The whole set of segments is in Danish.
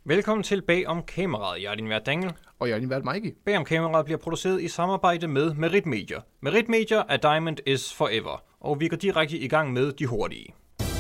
Velkommen til Bag om kameraet. Jeg er din vært Daniel. Og jeg er din vært Mikey. Bag om kameraet bliver produceret i samarbejde med Merit Media. Merit Media er Diamond is Forever. Og vi går direkte i gang med de hurtige.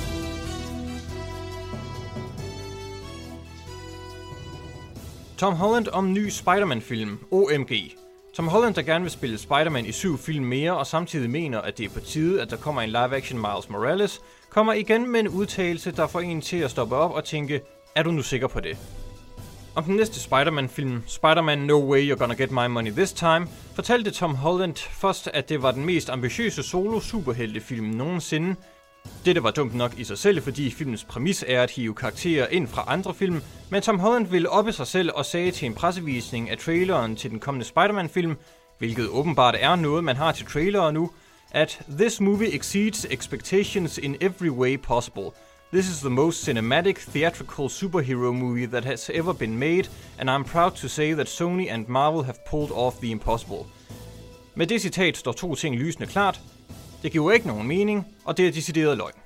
Tom Holland om ny Spider-Man-film. OMG. Tom Holland, der gerne vil spille Spider-Man i 7 film mere, og samtidig mener, at det er på tide, at der kommer en live-action Miles Morales, kommer igen med en udtalelse, der får en til at stoppe op og tænke, er du nu sikker på det? Om den næste Spider-Man-film, Spider-Man No Way You're Gonna Get My Money This Time, fortalte Tom Holland først, at det var den mest ambitiøse solo-superheltefilm nogensinde. Dette var dumt nok i sig selv, fordi filmens præmis er at hive karakterer ind fra andre film, men Tom Holland ville oppe sig selv og sagde til en pressevisning af traileren til den kommende Spider-Man-film, hvilket åbenbart er noget, man har til trailere nu, at "This movie exceeds expectations in every way possible. This is the most cinematic, theatrical superhero movie that has ever been made, and I'm proud to say that Sony and Marvel have pulled off the impossible." Med det citat står to ting lysende klart. Det giver ikke nogen mening, og det er decideret løgn.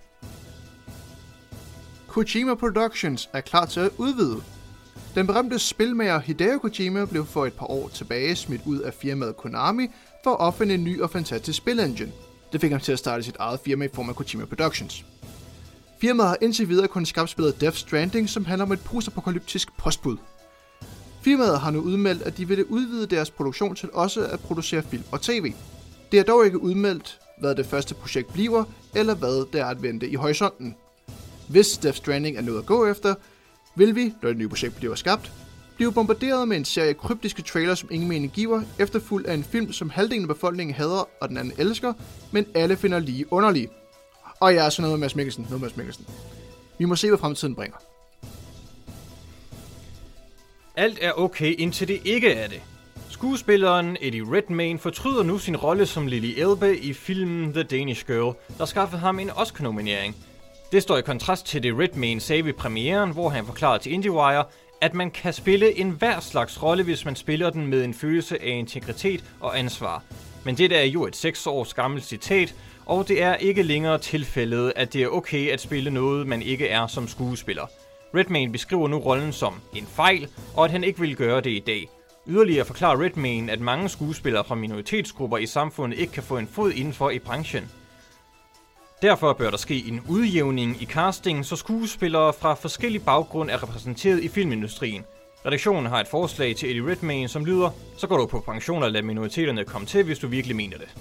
Kojima Productions er klar til at udvide. Den berømte spilmager Hideo Kojima blev for et par år tilbage smidt ud af firmaet Konami for at opfinde en ny og fantastisk spilengine. Det fik ham til at starte sit eget firma i form af Kojima Productions. Firmaet har indtil videre kun skabt spillet Death Stranding, som handler om et postapokalyptisk postbud. Firmaet har nu udmeldt, at de vil udvide deres produktion til også at producere film og tv. Det er dog ikke udmeldt, hvad det første projekt bliver, eller hvad der er at vente i horisonten. Hvis Death Stranding er noget at gå efter, vil vi, når det nye projekt bliver skabt, blive bombarderet med en serie kryptiske trailers, som ingen mening giver, efterfulgt af en film, som halvdelen af befolkningen hader og den anden elsker, men alle finder lige underlige. Og jeg er så noget med Mads Mikkelsen. Vi må se, hvad fremtiden bringer. Alt er okay, indtil det ikke er det. Skuespilleren Eddie Redmayne fortryder nu sin rolle som Lily Elbe i filmen The Danish Girl, der skaffede ham en Oscar-nominering. Det står i kontrast til det Redmayne sagde ved premieren, hvor han forklarede til IndieWire, at man kan spille enhver slags rolle, hvis man spiller den med en følelse af integritet og ansvar. Men det er jo et 6 års gammelt citat, og det er ikke længere tilfældet, at det er okay at spille noget, man ikke er som skuespiller. Redmayne beskriver nu rollen som en fejl, og at han ikke vil gøre det i dag. Yderligere forklarer Redmayne, at mange skuespillere fra minoritetsgrupper i samfundet ikke kan få en fod indenfor i branchen. Derfor bør der ske en udjævning i casting, så skuespillere fra forskellige baggrund er repræsenteret i filmindustrien. Redaktionen har et forslag til Eddie Redmayne, som lyder, så går du på pension og lad minoriteterne komme til, hvis du virkelig mener det.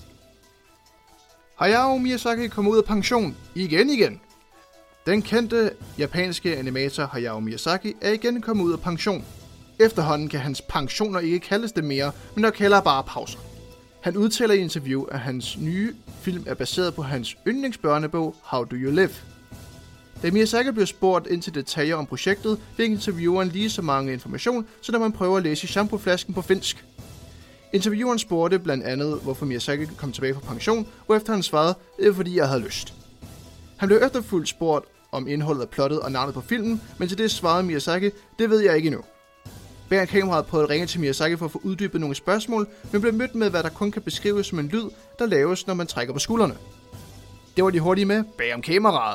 Hayao Miyazaki kommer ud af pension igen. Den kendte japanske animator Hayao Miyazaki er igen kommet ud af pension. Efterhånden kan hans pensioner ikke kaldes det mere, men nok hellere bare pauser. Han udtaler i interview, at hans nye film er baseret på hans yndlingsbørnebog How Do You Live. Da Miyazaki blev spurgt ind til detaljer om projektet, fik intervieweren lige så mange information, så da man prøver at læse shampooflasken på finsk. Intervieweren spurgte blandt andet, hvorfor Miyazaki kom tilbage fra pension, hvorefter han svarede, det er fordi jeg havde lyst. Han blev efterfulgt spurgt om indholdet af plottet og navnet på filmen, men til det svarede Miyazaki, det ved jeg ikke endnu. Bag kameraet prøvede at ringe til Miyazaki for at få uddybet nogle spørgsmål, men blev mødt med, hvad der kun kan beskrives som en lyd, der laves, når man trækker på skuldrene. Det var de hurtige med Bag om kameraet.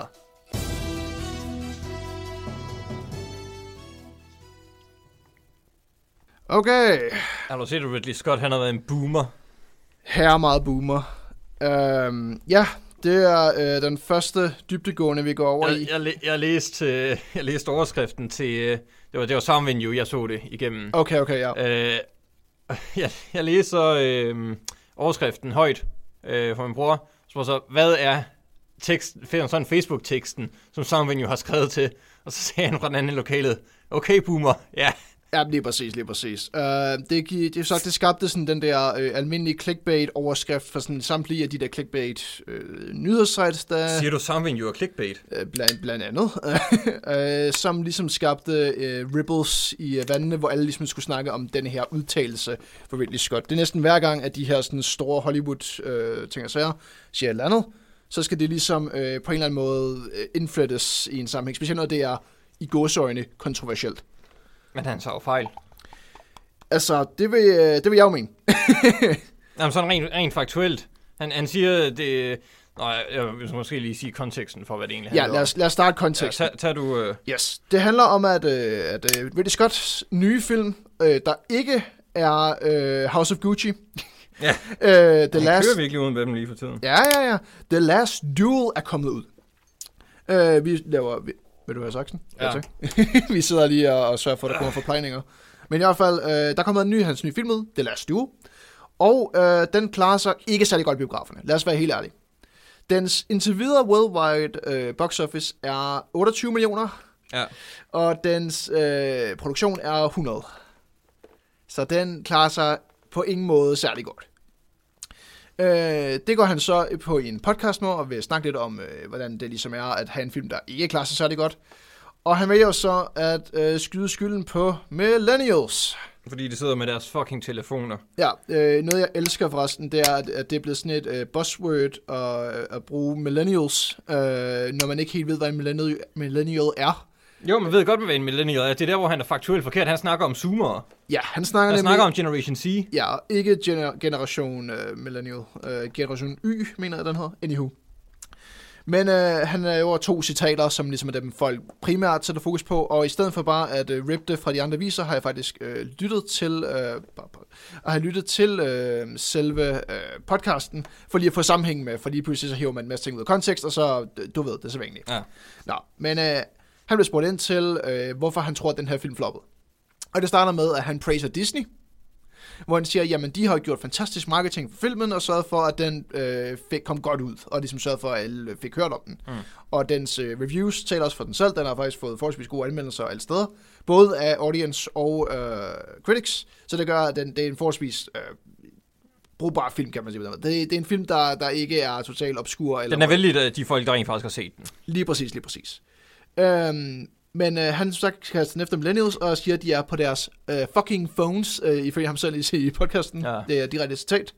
Okay. Har du set, at Ridley Scott han har været en boomer? Her meget boomer. Ja, det er den første dybdegående, vi går over i. Jeg læste overskriften til... Det var Soundvenue, jeg så det igennem. Okay, ja. Jeg læser overskriften højt for min bror. Så hvad er sådan Facebook-teksten, som Soundvenue har skrevet til? Og så sagde han fra den anden lokalet, okay boomer, ja. Ja, lige præcis. Det skabte sådan den der almindelige clickbait-overskrift for sådan samtlige af de der clickbait-nyhedssites, der... Siger du Soundvenue og clickbait? Blandt andet. Som ligesom skabte ripples i vandene, hvor alle ligesom skulle snakke om denne her udtalelse for Ridley Scott. Det er næsten hver gang, at de her sådan store Hollywood-ting og sager siger et eller andet, så skal det ligesom på en eller anden måde indflettes i en sammenhæng. Specielt når det er i gåseøjne kontroversielt. Men han tager jo fejl. Altså, det vil jeg jo mene. Jamen sådan rent faktuelt. Han siger, Jeg vil måske lige sige konteksten for, hvad det egentlig handler om. Lad os starte konteksten. Ja, tag du... Yes. Det handler om, at Ridley Scotts nye film, der ikke er House of Gucci. Ja, kører virkelig uden dem lige for tiden. Ja. The Last Duel er kommet ud. Vi laver... Vil du have saksen? Ja. Vi sidder lige og sørger for, at der kommer forplejninger. Men i hvert fald, der kommer hans nye film ud, The Last Duel. Og den klarer sig ikke særlig godt i biograferne. Lad os være helt ærlige. Dens indtil videre worldwide box office er 28 millioner. Ja. Og dens produktion er 100. Så den klarer sig på ingen måde særlig godt. Det går han så på i en podcast nu, og vil snakke lidt om, hvordan det ligesom er at have en film, der ikke klarer sig særlig godt. Og han vælger så at skyde skylden på millennials. Fordi de sidder med deres fucking telefoner. Ja, noget jeg elsker forresten, det er, at det er blevet sådan et buzzword at bruge millennials, når man ikke helt ved, hvad en millennial er. Jo, man ved godt, hvad en millennial er. Det er der, hvor han er faktuelt forkert. Han snakker om zoomere. Ja, han snakker om Generation C. Ja, ikke generation millennial. Generation Y, mener jeg, den hedder. Anywho. Men han er jo 2 citater, som ligesom er dem folk primært sætter fokus på, og i stedet for bare at rippe det fra de andre viser, har jeg faktisk lyttet til selve podcasten, for lige at få sammenhæng med, for lige pludselig så hiver man en masse ting ud af kontekst, og så, du ved, det er så vanligt. Ja. Nå, men han blev spurgt ind til, hvorfor han tror, at den her film floppede. Og det starter med, at han praiser Disney, hvor han siger, jamen de har gjort fantastisk marketing for filmen, og sørget for, at den kom godt ud, og ligesom sørget for, at alle fik hørt om den. Og dens reviews taler også for den selv, den har faktisk fået forholdsvis gode anmeldelser alle steder, både af audience og critics, så det gør, at det er en forholdsvis brugbar film, kan man sige. Det er en film, der ikke er totalt obskur. Den er vældig, de folk, der rent faktisk har set den. Lige præcis. Men han så kaster den efter millennials og siger, at de er på deres fucking phones, ifølge ham selv i podcasten. Ja. Det er direkte citat.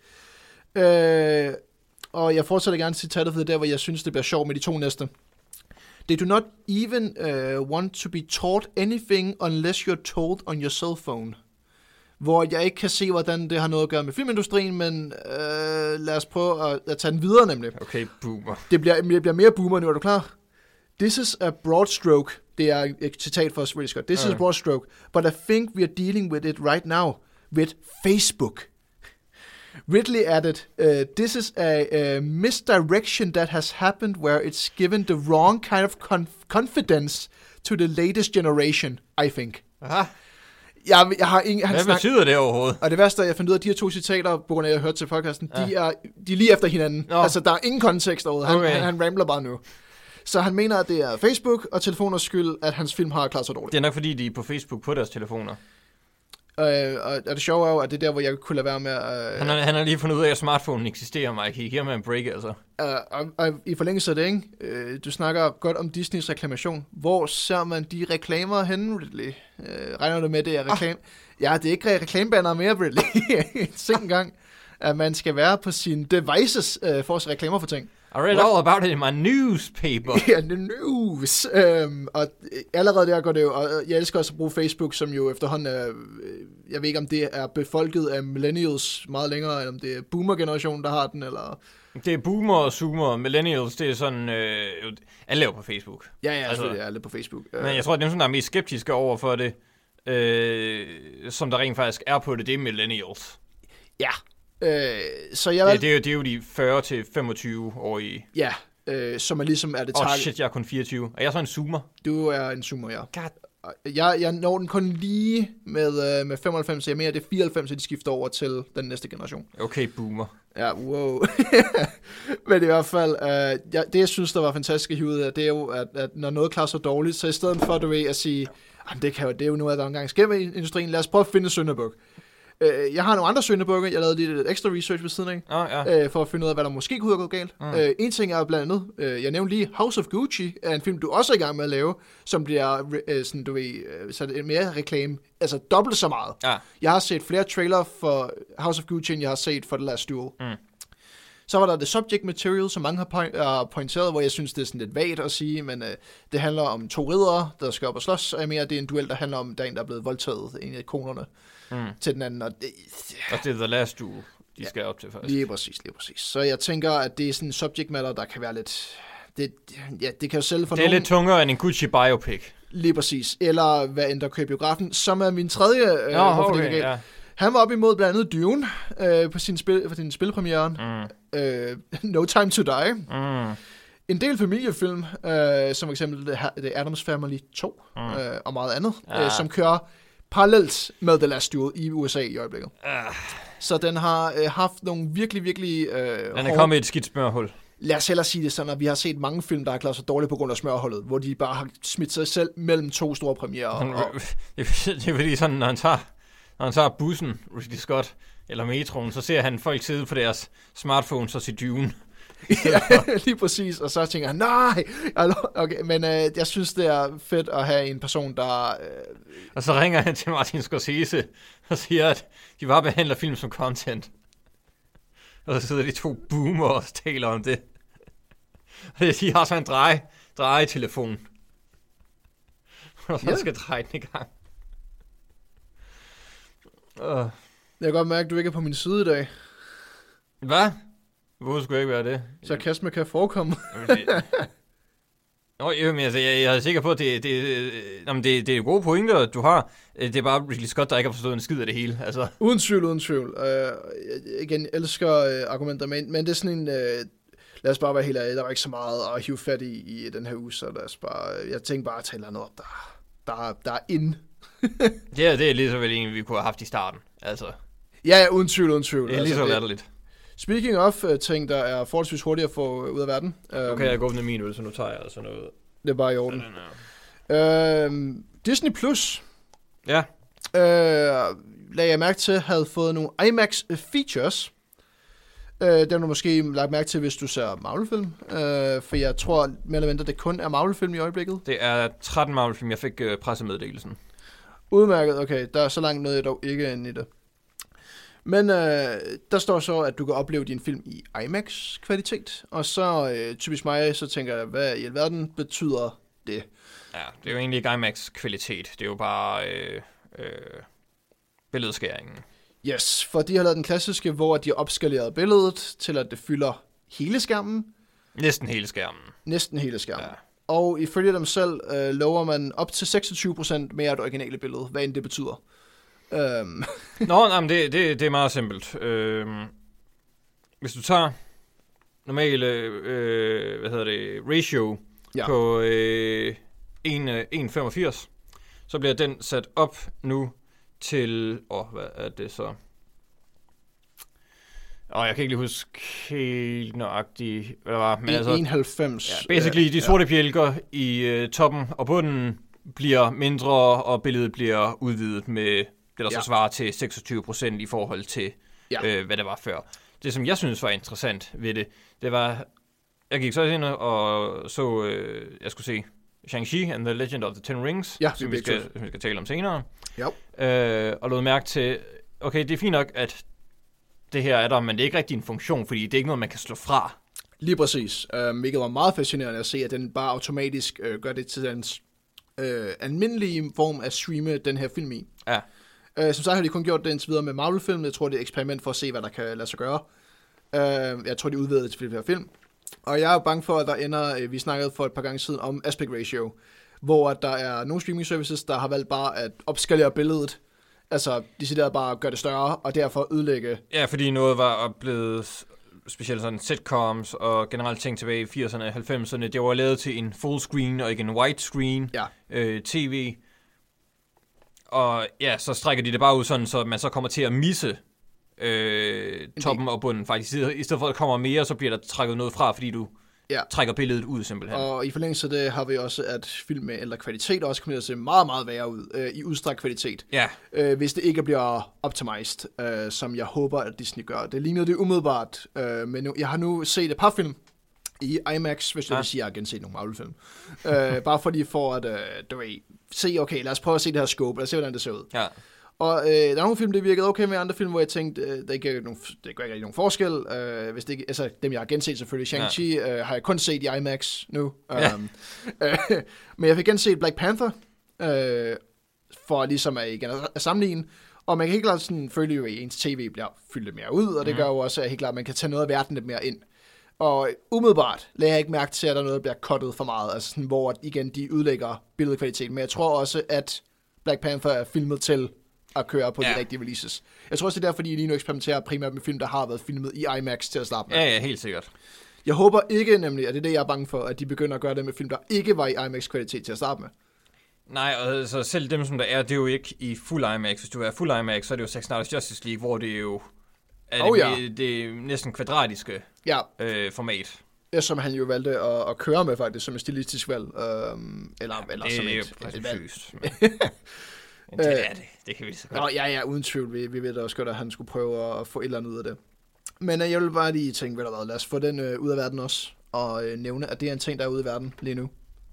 Og jeg fortsætter gerne citatet for det der, hvor jeg synes, det bliver sjovt med de 2 næste. They do not even want to be taught anything unless you're told on your cell phone. Hvor jeg ikke kan se, hvordan det har noget at gøre med filmindustrien, men lad os prøve at tage den videre nemlig. Okay, boomer. Det bliver mere boomer nu, er du klar? This is a broad stroke. Det er et citat fra Ridley Scott. This is a broad stroke, but I think we are dealing with it right now with Facebook. Ridley added, this is a misdirection that has happened where it's given the wrong kind of confidence to the latest generation, I think. Aha. Jeg har ingen... Hvad betyder det overhovedet? Og det værste, jeg fandt ud af, de her 2 citater, på grund af, at jeg hørte til podcasten, de er lige efter hinanden. Altså, der er ingen kontekst overhovedet. Okay. Han rambler bare nu. Så han mener, at det er Facebook og telefoners skyld, at hans film har klaret sig dårligt. Det er nok, fordi de er på Facebook på deres telefoner. Og det sjove er jo, at det er der, hvor jeg kunne lade være med at... Han har lige fundet ud af, at smartphonen eksisterer, Mike. I giver mig en break, altså. Og i forlængelse af det, ikke? Du snakker godt om Disneys reklamation. Hvor ser man de reklamer henne, Ridley? Regner du med, det er reklame? Ja, det er ikke reklamebanner mere, Ridley. Se engang, at man skal være på sine devices for at se reklamer for ting. I read all about it in my newspaper. Ja, the news. Og allerede der går det jo, og jeg elsker også at bruge Facebook, som jo efterhånden er, jeg ved ikke om det er befolket af millennials meget længere, eller om det er boomer-generationen, der har den, eller... Det er boomer og zoomer, millennials, det er sådan, alle er jo på Facebook. Ja, altså, selvfølgelig er alle på Facebook. Men jeg tror, at dem, der er mest skeptiske over for det, som der rent faktisk er på det, det er millennials. Ja. Så jeg det er jo de 40-25-årige. Ja, som er ligesom er det target. Shit, jeg er kun 24. Er jeg så en zoomer? Du er en zoomer, ja. God. Jeg når den kun lige med 95, så jeg mener, det er 94, at de skifter over til den næste generation. Okay, boomer. Ja, wow. Men i hvert fald, det jeg synes, der var fantastisk i hivet, det er jo, at når noget klarer sig dårligt, så i stedet for, du ved, at sige, det er jo noget, der engang sker med industrien, lad os prøve at finde syndebuk. Jeg har nogle andre syndebukke. Jeg lavede lige lidt ekstra research ved siden af, for at finde ud af, hvad der måske kunne have gået galt. En ting er blandt andet, jeg nævnte lige House of Gucci, er en film, du også er i gang med at lave, som bliver sådan, du ved, så det er mere reklame, altså dobbelt så meget. Ja. Jeg har set flere trailer for House of Gucci, end jeg har set for The Last Duel. Så var der The Subject Material, som mange har pointeret, hvor jeg synes, det er sådan lidt vagt at sige, men det handler om 2 riddere, der skal op og slås, og jeg mener, det er en duel, der handler om, der er en, der er blevet voldtaget, en af ikonerne til den anden. Og det er The Last Duel. de skal op til først. Lige præcis. Så jeg tænker, at det er sådan en subject matter, der kan være lidt... Det kan jo sælge for nogen. Det er lidt tungere end en Gucci biopic. Lige præcis. Eller hvad end der kører biografen, som er min tredje... Ja. Han var op imod blandt andet Dune på sin spilpremiere. No Time to Die. En del familiefilm, som for eksempel The Addams Family 2 og meget andet, som kører parallelt med The Last Duel i USA i øjeblikket. Så den har haft nogle virkelig... Den er kommet i et skidt smørhul. Lad os hellere sige det sådan, at vi har set mange film, der har klaret sig dårligt på grund af smørhullet, hvor de bare har smidt sig selv mellem to store premierer. Det er fordi sådan, når han tager bussen, Ridley Scott, eller metroen, så ser han folk sidde på deres smartphones og se Dune. Ja, lige præcis. Og så tænker han, nej! Okay, men jeg synes, det er fedt at have en person, der... Og så ringer han til Martin Scorsese og siger, at de bare behandler film som content. Og så sidder de to boomer og taler om det. Og de har så en drejetelefon. Og så skal dreje den i gang. Jeg kan godt mærke, at du ikke er på min side i dag. Hvad? Hvorfor skulle jeg ikke være det? Sarkasme kan forekomme. Men altså, jeg er sikker på, at det er gode pointer, du har. Det er bare Ridley Scott, der ikke har forstået en skid af det hele. Altså. Uden tvivl. Igen, jeg elsker argumenter, men det er sådan en... lad os bare være helt ærlige, der var ikke så meget at hive fat i den her uge, så lad os bare... Jeg tænker bare at tage noget op, der er inde. Det er lige så vel en, vi kunne have haft i starten. Altså. Ja, uden tvivl. Det er lige så latterligt. Speaking of ting, der er forholdsvis hurtigt at få ud af verden. Okay, jeg går med min øl, så nu tager jeg altså noget. Det er bare i orden. Disney Plus. Ja. Lagde jeg mærke til, havde fået nogle IMAX features. Det har du måske lagt mærke til, hvis du ser Marvel-film. For jeg tror mere eller mindre, det kun er Marvel-film i øjeblikket. Det er 13 Marvel-film, jeg fik pressemeddelelsen. Udmærket, okay. Der er så langt noget, jeg dog ikke inde i det. Men der står så, at du kan opleve din film i IMAX-kvalitet. Og så typisk mig, så tænker jeg, hvad i alverden betyder det? Ja, det er jo egentlig ikke IMAX-kvalitet. Det er jo bare billedskæringen. Yes, for de har lavet den klassiske, hvor de har opskaleret billedet til, at det fylder hele skærmen. Næsten hele skærmen. Ja. Og ifølge dem selv lover man op til 26% mere af det originale billede, hvad end det betyder. Men det er meget simpelt. Hvis du tager normale ratio på 1,85, så bliver den sat op nu til hvad er det så? Jeg kan ikke lige huske helt nøjagtigt, hvad der var. Men 91. Ja, basically, de sorte bjælker i toppen og bunden bliver mindre, og billedet bliver udvidet med det, der så svarer til 26% i forhold til, hvad det var før. Det, som jeg synes var interessant ved det var, jeg gik så ind og så, jeg skulle se Shang-Chi and the Legend of the Ten Rings, som vi skal tale om senere. Og lod mærke til, okay, det er fint nok, at det her er der, men det er ikke rigtig en funktion, fordi det er ikke noget, man kan slå fra. Lige præcis. Hvilket var meget fascinerende at se, at den bare automatisk gør det til dens almindelige form at streame den her film i. Ja. Som sagt har de kun gjort det indtil videre med Marvel-film. Jeg tror, det er et eksperiment for at se, hvad der kan lade sig gøre. Jeg tror, de udvider det til flere film. Og jeg er bange for, at der ender, vi snakkede for et par gange siden om aspect ratio, hvor der er nogle streaming services, der har valgt bare at opskalere billedet. Altså, de siger bare at gøre det større, og derfor ødelægge. Ja, fordi noget var blevet, specielt sådan sitcoms og generelt ting tilbage i 80'erne og 90'erne, det var lavet til en full screen og ikke en widescreen tv. Og ja, så strækker de det bare ud sådan, så man så kommer til at misse toppen og bunden faktisk. I stedet for at der kommer mere, så bliver der trækket noget fra, fordi du trækker billedet ud simpelthen. Og i forlængelse af det har vi også, at film med ældre kvalitet også kommer til at se meget, meget værre ud i udstrakt kvalitet. Ja. Hvis det ikke bliver optimized, som jeg håber, at Disney gør. Det ligner det umiddelbart, men jeg har nu set et par film i IMAX, hvis jeg vil sige, at jeg har genset nogle Marvel-film. Bare fordi for at se, okay, lad os prøve at se det her scope, lad os se, hvordan det ser ud. Ja. Og der er nogle film, det virkede okay med, andre film, hvor jeg tænkte, det gør ikke nogen forskel. Hvis det ikke, altså dem, jeg har genset selvfølgelig, Shang-Chi har jeg kun set i IMAX nu. Men jeg fik genset Black Panther, for ligesom at sammenligne. Og man kan helt klart sådan føle jo, at ens tv bliver fyldt lidt mere ud, og det gør jo også, at helt klart, man kan tage noget af verden lidt mere ind. Og umiddelbart lagde jeg ikke mærke til, at der er noget, der bliver cuttet for meget, altså sådan, hvor igen de udlægger billedkvaliteten. Men jeg tror også, at Black Panther er filmet til at køre på de rigtige releases. Jeg tror også, det er derfor, de lige nu eksperimenterer primært med film, der har været filmet i IMAX til at starte med. Ja, helt sikkert. Jeg håber ikke nemlig, og det er det, jeg er bange for, at de begynder at gøre det med film, der ikke var i IMAX-kvalitet til at starte med. Nej, og så selv dem, som der er, det er jo ikke i fuld IMAX. Hvis du er fuld IMAX, så er det jo Zack Snyder's Justice League, hvor det er jo det næsten kvadratiske format. Ja, som han jo valgte at køre med faktisk, som et stilistisk valg. Eller som et valg. Men det er det. Det kan vi så godt. Ja, uden tvivl. Vi ved da også godt, at han skulle prøve at få et eller andet ud af det. Men jeg vil bare lige tænke, lad os få den ud af verden også, og nævne, at det er en ting, der er ude i verden lige nu.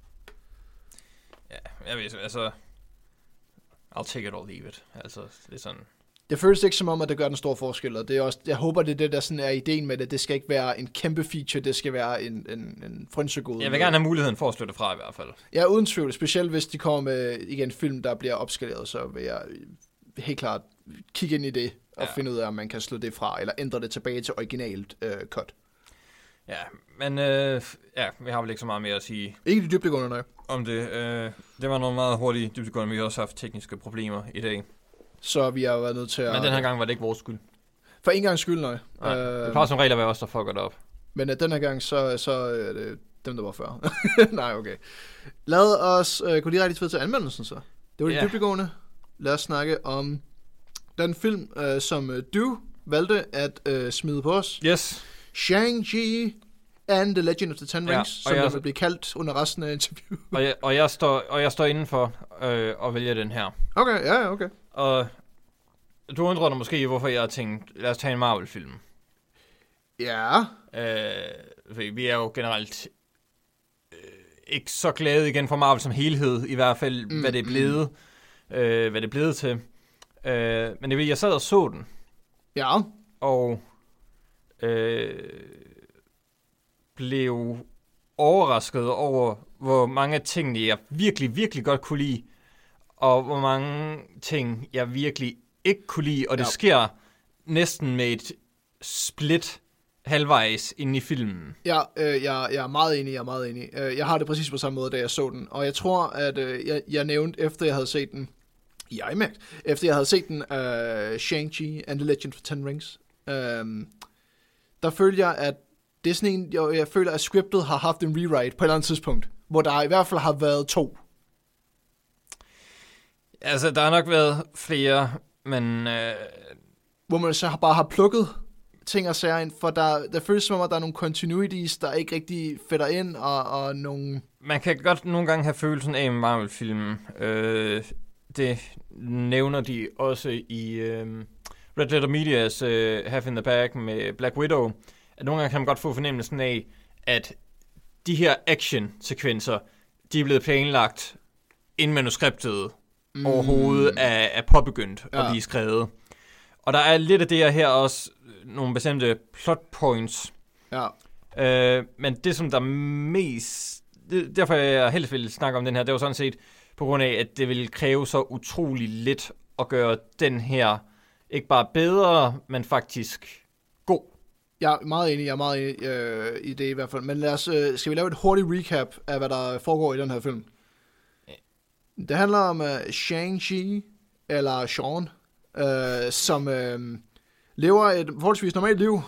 Ja, jeg ved, altså, I'll take it or leave it. Altså, det er sådan. Det føles ikke som om, at det gør den store forskel, og det er også, jeg håber, det er det, der sådan er ideen med det. Det skal ikke være en kæmpe feature, det skal være en frynsegode. Jeg vil gerne have muligheden for at slå det fra i hvert fald. Ja, uden tvivl. Specielt hvis de kommer med igen film, der bliver opskaleret, så vil jeg helt klart kigge ind i det og finde ud af, om man kan slå det fra, eller ændre det tilbage til originalt cut. Ja, men vi har vel ikke så meget mere at sige. Ikke de dybdegående, nej. Om det. Det var nogle meget hurtige dybdegående, vi har også haft tekniske problemer i dag. Så vi har været nødt til at... Men den her gang var det ikke vores skyld. For en gang skyld, nej. Det plejer som regel at være os, der fucker det op. Men den her gang, så er det dem, der var før. Nej, okay. Lad os gå direkte videre til anmeldelsen, så. Det var de dybdegående. Lad os snakke om den film, som du valgte at smide på os. Yes. Shang-Chi and the Legend of the Ten Rings, som den vil blive kaldt under resten af interviewet. og jeg står indenfor at vælge den her. Okay, ja, okay. Og du undrer dig måske, hvorfor jeg har tænkt, lad os tage en Marvel-film. Ja. Vi er jo generelt ikke så glade igen for Marvel som helhed, i hvert fald, hvad det er blevet til. Men det ved, jeg sad og så den. Ja. Og blev overrasket over, hvor mange af tingene, jeg virkelig, virkelig godt kunne lide, og hvor mange ting, jeg virkelig ikke kunne lide, og det sker næsten med et split halvvejs inde i filmen. Ja, jeg er meget enig, Jeg har det præcis på samme måde, da jeg så den, og jeg tror, at jeg nævnte, efter jeg havde set den i IMAX, efter jeg havde set den Shang-Chi and the Legend of the Ten Rings, der følte jeg, at det er sådan en, jeg føler, at scriptet har haft en rewrite på et eller andet tidspunkt, hvor der i hvert fald har været 2. Altså, der har nok været flere, men... Hvor man så bare har plukket ting og sager ind, for der føles som om, at der er nogle continuities, der ikke rigtig fætter ind, og nogle... Man kan godt nogle gange have følelsen af med Marvel-filmen. Det nævner de også i Red Letter Medias Half in the Bag med Black Widow, at nogle gange kan man godt få fornemmelsen af, at de her action-sekvenser, de er blevet planlagt, inden manuskriptet overhovedet er påbegyndt at blive skrevet. Og der er lidt af det her også, nogle bestemte plot points. Ja. Men det, som der mest... Derfor jeg helst vil snakke om den her, det var sådan set på grund af, at det vil kræve så utrolig lidt at gøre den her ikke bare bedre, men faktisk god. Jeg er meget enig i det i hvert fald. Men lad os, skal vi lave et hurtigt recap af, hvad der foregår i den her film? Det handler om Shang-Chi, eller Sean, som lever et forholdsvis normalt liv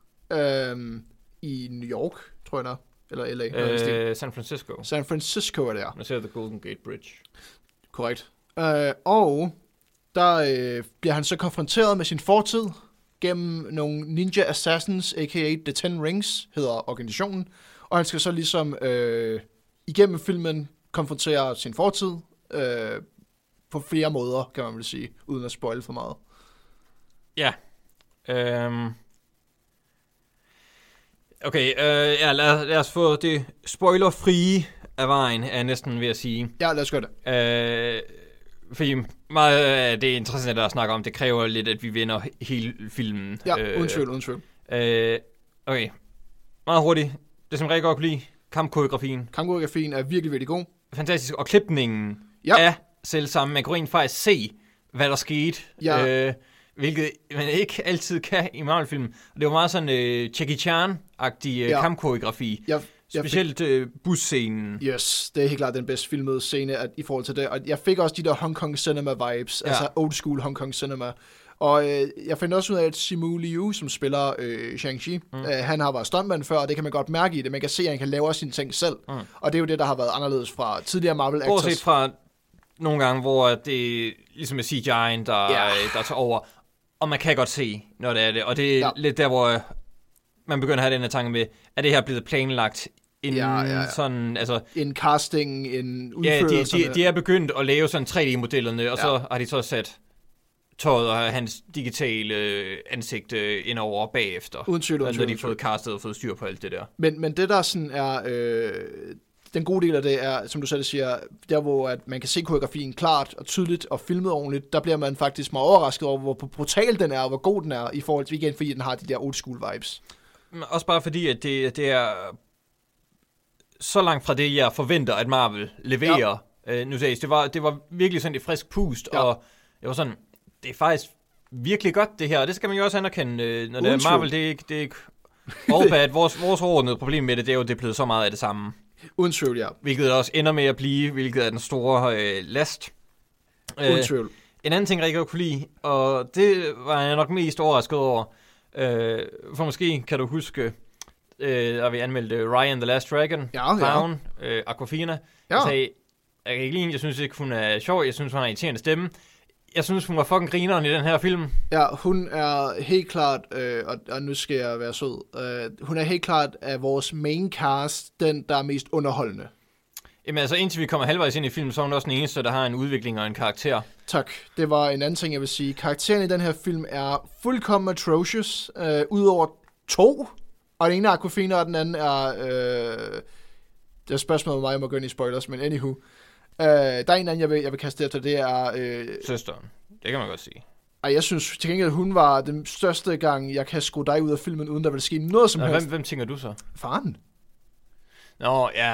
i New York, tror jeg der. Eller LA. San Francisco. San Francisco er det her. Man ser The Golden Gate Bridge. Korrekt. Og der bliver han så konfronteret med sin fortid gennem nogle ninja assassins, a.k.a. The Ten Rings, hedder organisationen. Og han skal så ligesom igennem filmen konfrontere sin fortid på flere måder, kan man vel sige, uden at spoile for meget. Ja. Okay, lad os få det spoilerfrie af vejen, er jeg næsten ved at sige. Ja, lad os gøre det. Fordi meget af det interessante, der snakker om, det kræver lidt, at vi vender hele filmen. Ja, uden tvivl. Okay, meget hurtigt. Det som rigtig godt kunne lide, kampkoreografien. Kampkoreografien er virkelig, virkelig god. Fantastisk, og klipningen er selv sammen. Man kunne rent faktisk se, hvad der skete. Ja. Hvilket man ikke altid kan i Marvel-film. Det var meget sådan Jackie Chan-agtig kampkoreografi. Specielt busscenen. Yes, det er helt klart den bedst filmede scene i forhold til det. Og jeg fik også de der Hong Kong cinema vibes, altså old school Hong Kong cinema. Og jeg fandt også ud af, at Simu Liu, som spiller Shang-Chi, han har været stuntman før, og det kan man godt mærke i det. Man kan se, at han kan lave sine ting selv. Og det er jo det, der har været anderledes fra tidligere Marvel actors. Bortset fra nogle gange, hvor det ligesom er CGI'en, der tager over. Og man kan godt se, når det er det. Og det er lidt der, hvor man begynder at have den her tanke med, er det her blevet planlagt inden sådan, altså... En casting, en udførelse. Ja, de er begyndt at lave sådan 3D-modellerne, og så har de så sat tøjet og hans digitale ansigt indover bagefter. Uden tvivl. Når de har fået castet og fået styr på alt det der. Men det der sådan er... Den gode del af det er, som du selv siger, der hvor at man kan se koreografien klart og tydeligt og filmet ordentligt, der bliver man faktisk meget overrasket over, hvor brutal den er, og hvor god den er, i forhold til, igen, fordi den har de der old school vibes. Også bare fordi, at det er så langt fra det, jeg forventer, at Marvel leverer. Nu ses, det var virkelig sådan et frisk pust, og jeg var sådan, det er faktisk virkelig godt det her, og det skal man jo også anerkende, når det er Marvel, det er ikke all bad. Vores overordnede problem med det, det er jo, det er blevet så meget af det samme. Uden tvivl, ja. Hvilket også ender med at blive, hvilket er den store last. Uden tvivl. En anden ting, jeg ikke kunne lide, og det var jeg nok mest overrasket over, for måske kan du huske, da vi anmeldte Raya and the Last Dragon, Crown, Aquafina. Jeg sagde, jeg kan ikke lide, jeg synes ikke, hun er sjov, jeg synes, hun har en irriterende stemme. Jeg synes, hun var fucking grineren i den her film. Ja, hun er helt klart, og nu skal jeg være sød, hun er helt klart af vores main cast, den der er mest underholdende. Jamen altså, indtil vi kommer halvvejs ind i filmen, så er hun også den eneste, der har en udvikling og en karakter. Tak. Det var en anden ting, jeg vil sige. Karakteren i den her film er fuldkommen atrocious, udover 2. Og den ene er Aquafina, og den anden er... det er spørgsmålet om mig, jeg må gå ind i spoilers, men anywho. Der er en anden, jeg vil kaste efter, det er... Søsteren. Det kan man godt sige. Ej, jeg synes til gengæld, hun var den største gang, jeg kan skrue dig ud af filmen, uden der vil ske noget som helst. Hvem tænker du så? Faren. Nå, ja.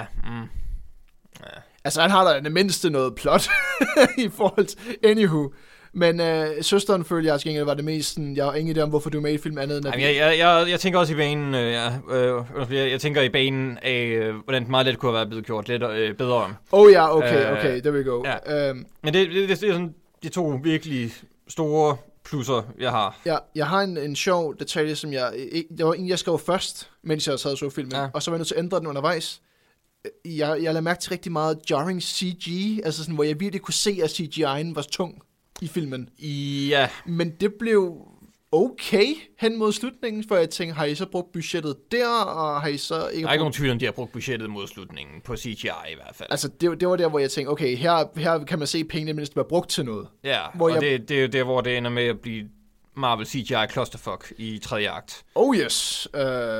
Altså, han har da det mindste noget plot i forhold til anywho. Men søsteren følte jeg til var det mest sådan, jeg har ingen idé om, hvorfor du er med i film andet end... Jeg tænker også i banen, jeg tænker i banen af, hvordan det meget let kunne have været blevet gjort lidt bedre. Okay, there we go. Ja. Men det er sådan de to virkelig store plusser, jeg har. Ja, jeg har en sjov detalje, som det var en, jeg skrev først, mens jeg sad og så filmen, og så var jeg nødt til at ændre den undervejs. Jeg lagde mærke til rigtig meget jarring CG, altså sådan, hvor jeg virkelig kunne se, at CGI'en var tung i filmen. Ja. Men det blev okay hen mod slutningen, for jeg tænkte, har I så brugt budgettet der, og har I så ikke... Der er ikke nogen tvivl om, de har brugt budgettet mod slutningen, på CGI i hvert fald. Altså, det var der, hvor jeg tænkte, okay, her kan man se pengene, mens det var brugt til noget. Ja, det er jo der, hvor det ender med at blive Marvel CGI clusterfuck i 3. akt. Oh yes,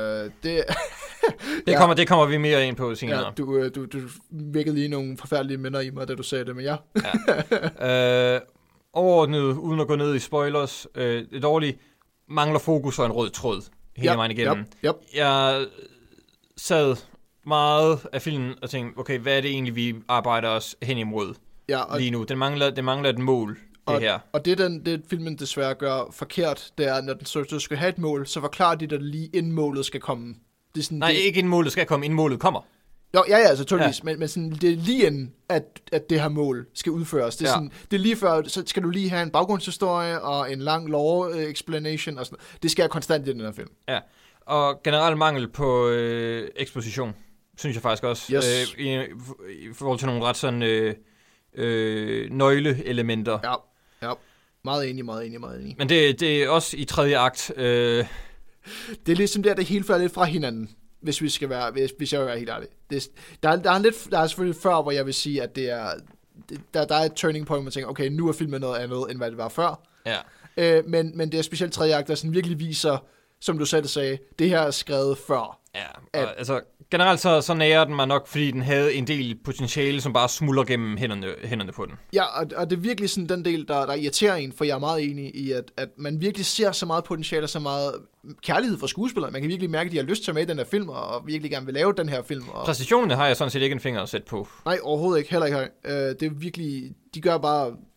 det kommer vi mere ind på senere. Ja, du vækkede lige nogle forfærdelige minder i mig, da du sagde det, men ja. Overordnet, uden at gå ned i spoilers, det dårlige, mangler fokus og en rød tråd hele vejen igennem. Jeg sad meget af filmen og tænkte, okay, hvad er det egentlig, vi arbejder os hen imod lige nu? Det mangler et mål, det her. Og det filmen desværre gør forkert, det er, når den skal have et mål, så forklarer de dig lige, inden målet skal komme. Det er sådan, ikke inden målet skal komme, inden målet kommer. Jo, ja, selvfølgelig, men sådan, det er lige inden, at det her mål skal udføres. Det er, sådan, det er lige før, så skal du lige have en baggrundshistorie og en lang lore explanation og sådan noget. Det skal jeg konstant i den her film. Ja, og generelt mangel på eksposition, synes jeg faktisk også. Yes. I forhold til nogle ret sådan nøgleelementer. Ja, meget enig. Men det er også i 3. akt. Det er ligesom der, det hele falder lidt fra hinanden. Hvis jeg vil være helt ærlig. Der er selvfølgelig før, hvor jeg vil sige, at det er der er et turning point, hvor man tænker, okay, nu er filmen noget andet, end hvad det var før. Ja. Men det er specielt 3. akt, der sådan virkelig viser, som du selv sagde, det her er skrevet før. Ja, altså generelt så nærer den mig nok, fordi den havde en del potentiale, som bare smuldrer gennem hænderne på den. Ja, og det er virkelig sådan den del, der irriterer en, for jeg er meget enig i, at man virkelig ser så meget potentiale og så meget kærlighed for skuespillere. Man kan virkelig mærke, at de har lyst til at med i den her film, og virkelig gerne vil lave den her film. Og... Præstationerne har jeg sådan set ikke en finger at sætte på. Nej, overhovedet ikke. Heller ikke. Det er virkelig, de gør bare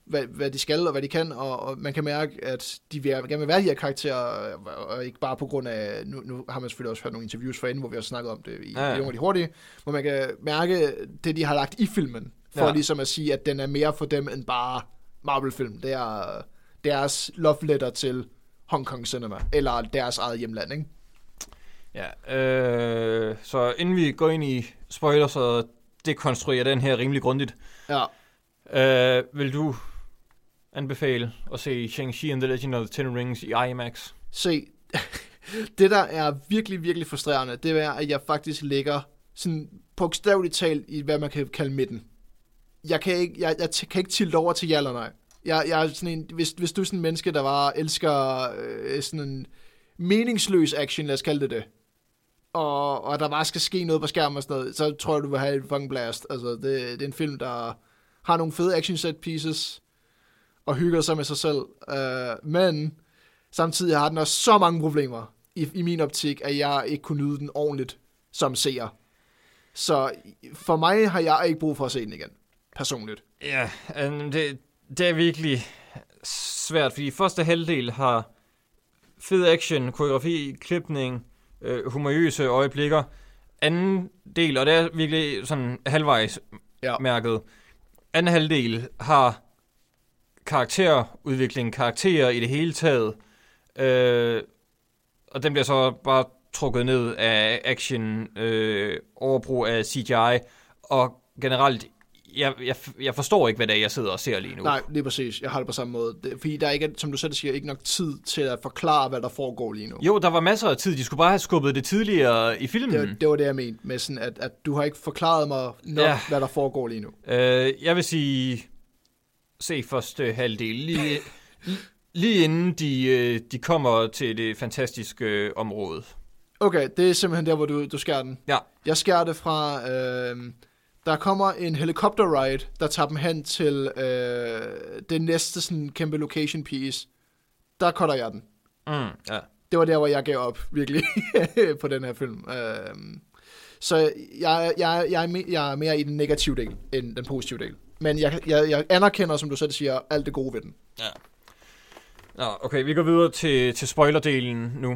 hvad de skal og hvad de kan, og man kan mærke, at de gerne vil være de her karakterer, og ikke bare på grund af, nu har man selvfølgelig også hørt nogle interviews forinden, hvor vi har snakket om det i nogle af de hurtige, hvor man kan mærke det, de har lagt i filmen, for ligesom at sige, at den er mere for dem end bare Marvel-film. Det er deres love letter til Hong Kong Cinema, eller deres eget hjemland, ikke? Ja, så inden vi går ind i spoiler, så dekonstruerer den her rimelig grundigt. Ja. Vil du anbefale at se Shang-Chi and the Legend of the Ten Rings i IMAX? Se, det der er virkelig, virkelig frustrerende, det er, at jeg faktisk ligger sådan bogstaveligt talt i, hvad man kan kalde midten. Jeg kan ikke tilte over til ja eller nej. Jeg er sådan en, hvis du er sådan en menneske, der elsker sådan en meningsløs action, lad os kalde det, og der bare skal ske noget på skærmen og sådan noget, så tror jeg, du vil have et fucking blast. Altså, det er en film, der har nogle fede action set pieces, og hygger sig med sig selv, men samtidig har den også så mange problemer i min optik, at jeg ikke kunne nyde den ordentligt som seer. Så for mig har jeg ikke brug for at se den igen, personligt. Ja, det er virkelig svært, fordi første halvdel har fed action, koreografi, klipning, humorøse øjeblikker. Anden del, og det er virkelig sådan halvvejs mærket, anden halvdel har karakterudvikling, karakterer i det hele taget, og den bliver så bare trukket ned af action, overbrug af CGI, og generelt, jeg forstår ikke, hvad det er, jeg sidder og ser lige nu. Nej, lige præcis. Jeg har det på samme måde. Fordi der er ikke, som du selv siger, ikke nok tid til at forklare, hvad der foregår lige nu. Jo, der var masser af tid. De skulle bare have skubbet det tidligere i filmen. Det var det, jeg mente med sådan, at du har ikke forklaret mig nok, hvad der foregår lige nu. Jeg vil sige, se første halvdel. Lige inden de kommer til det fantastiske område. Okay, det er simpelthen der, hvor du skærer den. Ja. Jeg skærer det fra... der kommer en helikopter-ride, der tager dem hen til det næste sådan kæmpe location piece. Der cutter jeg den. Ja. Det var der, hvor jeg gav op, virkelig, på den her film. Så jeg er mere i den negative del, end den positive del. Men jeg anerkender, som du selv siger, alt det gode ved den. Ja. Nå, okay, vi går videre til spoilerdelen nu.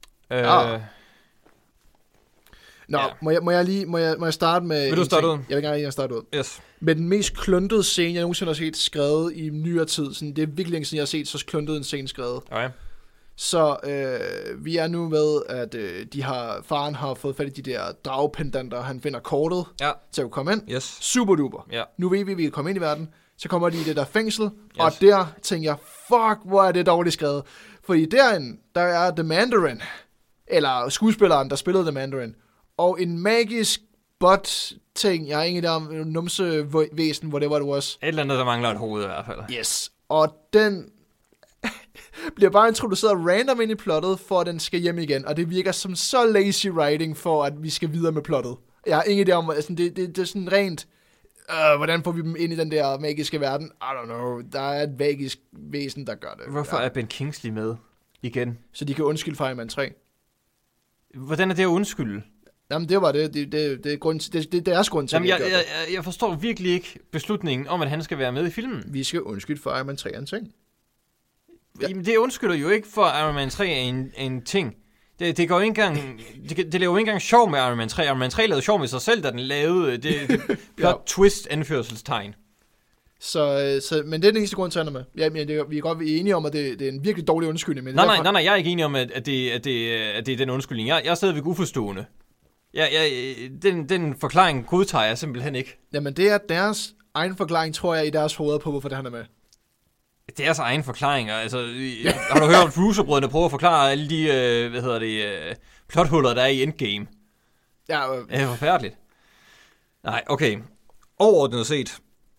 Nå, ja. må jeg starte med... Vil du starte ud? Jeg vil gerne starte ud. Yes. Med den mest kluntede scene, jeg nogensinde har set skrevet i nyere tid. Sådan, det er virkelig længe siden, jeg har set så kluntet en scene skrevet. Okay. Så vi er nu med, at faren har fået fat i de der dragpendanter. Han finder kortet til at komme ind. Yes. Super duper. Ja. Nu ved vi kan komme ind i verden. Så kommer de i det der fængsel. Og der tænker jeg, fuck, hvor er det dårligt skrevet. Fordi derinde, der er The Mandarin. Eller skuespilleren, der spillede The Mandarin. Og en magisk bot-ting. Jeg har ingen idé om numsevæsen, whatever it was. Et eller andet, der mangler et hoved i hvert fald. Yes. Og den bliver bare introduceret random ind i plottet, for at den skal hjem igen. Og det virker som så lazy writing, for at vi skal videre med plottet. Jeg har ingen idé om, altså, det er sådan rent... hvordan får vi dem ind i den der magiske verden? I don't know. Der er et magisk væsen, der gør det. Hvorfor er Ben Kingsley med igen? Så de kan undskylde for Iron Man 3. Hvordan er det at undskylde? Jamen, det var det. Det er deres grund til. Jamen, jeg forstår virkelig ikke beslutningen om, at han skal være med i filmen. Vi skal undskylde for Iron Man 3 en ting. Ja. Jamen, det undskylder jo ikke for Iron Man 3 en ting. Det går ikke engang... Det laver ikke engang sjov med Iron Man 3. Iron Man 3 lavede sjov med sig selv, da den lavede det plot twist anførselstegn. Men det er den eneste grund til, at med. Jamen, vi er godt enige om, at det er en virkelig dårlig undskyldning. Men nej, jeg er ikke enig om, at det er den undskyldning. Jeg er stadigvæk uforstående. Den forklaring godtager jeg simpelthen ikke. Jamen, det er deres egen forklaring, tror jeg, i deres hoveder på, hvorfor det han er med. Deres egen forklaringer. Altså, har du hørt, at Russo-brødrene prøver at forklare alle de, plothuller, der er i Endgame? Ja. Det er forfærdeligt. Nej, okay. Overordnet set.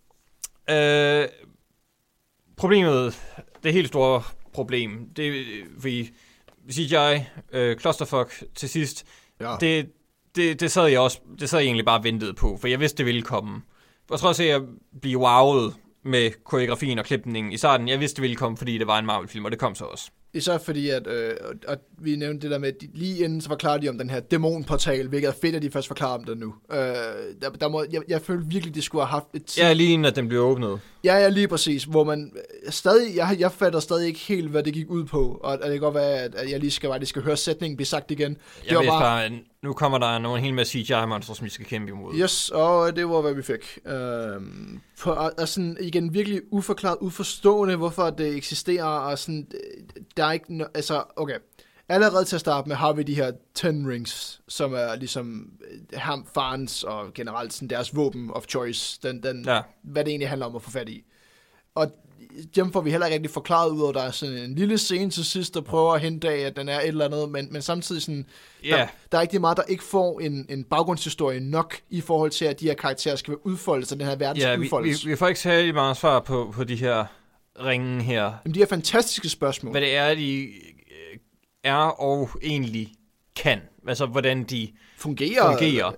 Problemet, det helt store problem, det er, fordi CGI, clusterfuck til sidst, det sad jeg egentlig bare ventet på, for jeg vidste, det ville komme. Jeg tror også, at jeg blev wowet med koreografien og klipningen i starten. Jeg vidste, det ville komme, fordi det var en Marvel-film, og det kom så også. Især fordi, at vi nævnte det der med, at lige inden så forklarede de om den her dæmonportal, hvilket er fedt, at de først forklarer om den nu. Jeg følte virkelig, de skulle have haft et... Ja, lige inden at den blev åbnet. Ja, lige præcis, hvor man stadig... Jeg fatter stadig ikke helt, hvad det gik ud på, og det kan godt være, at jeg lige skal høre sætningen blive sagt igen. Jeg ved bare, nu kommer der nogle helt masse CGI-monster, som vi skal kæmpe imod. Yes, og det var, hvad vi fik. Sådan igen virkelig uforklaret, uforstående, hvorfor det eksisterer, og sådan, der er ikke... okay. Allerede til at starte med har vi de her 10 rings, som er ligesom farens og generelt sådan deres våben of choice, hvad det egentlig handler om at få fat i. Og dem får vi heller ikke rigtig forklaret ud af, der er sådan en lille scene til sidst, der prøver at hente af, at den er et eller andet, men samtidig sådan, der er ikke meget, der ikke får en baggrundshistorie nok, i forhold til, at de her karakterer skal være udfoldet, så den her verden skal udfoldes. Vi får ikke særlig meget svar på de her ringe her. Jamen, de her fantastiske spørgsmål. Hvad det er, de er og egentlig kan. Altså, hvordan de fungerer.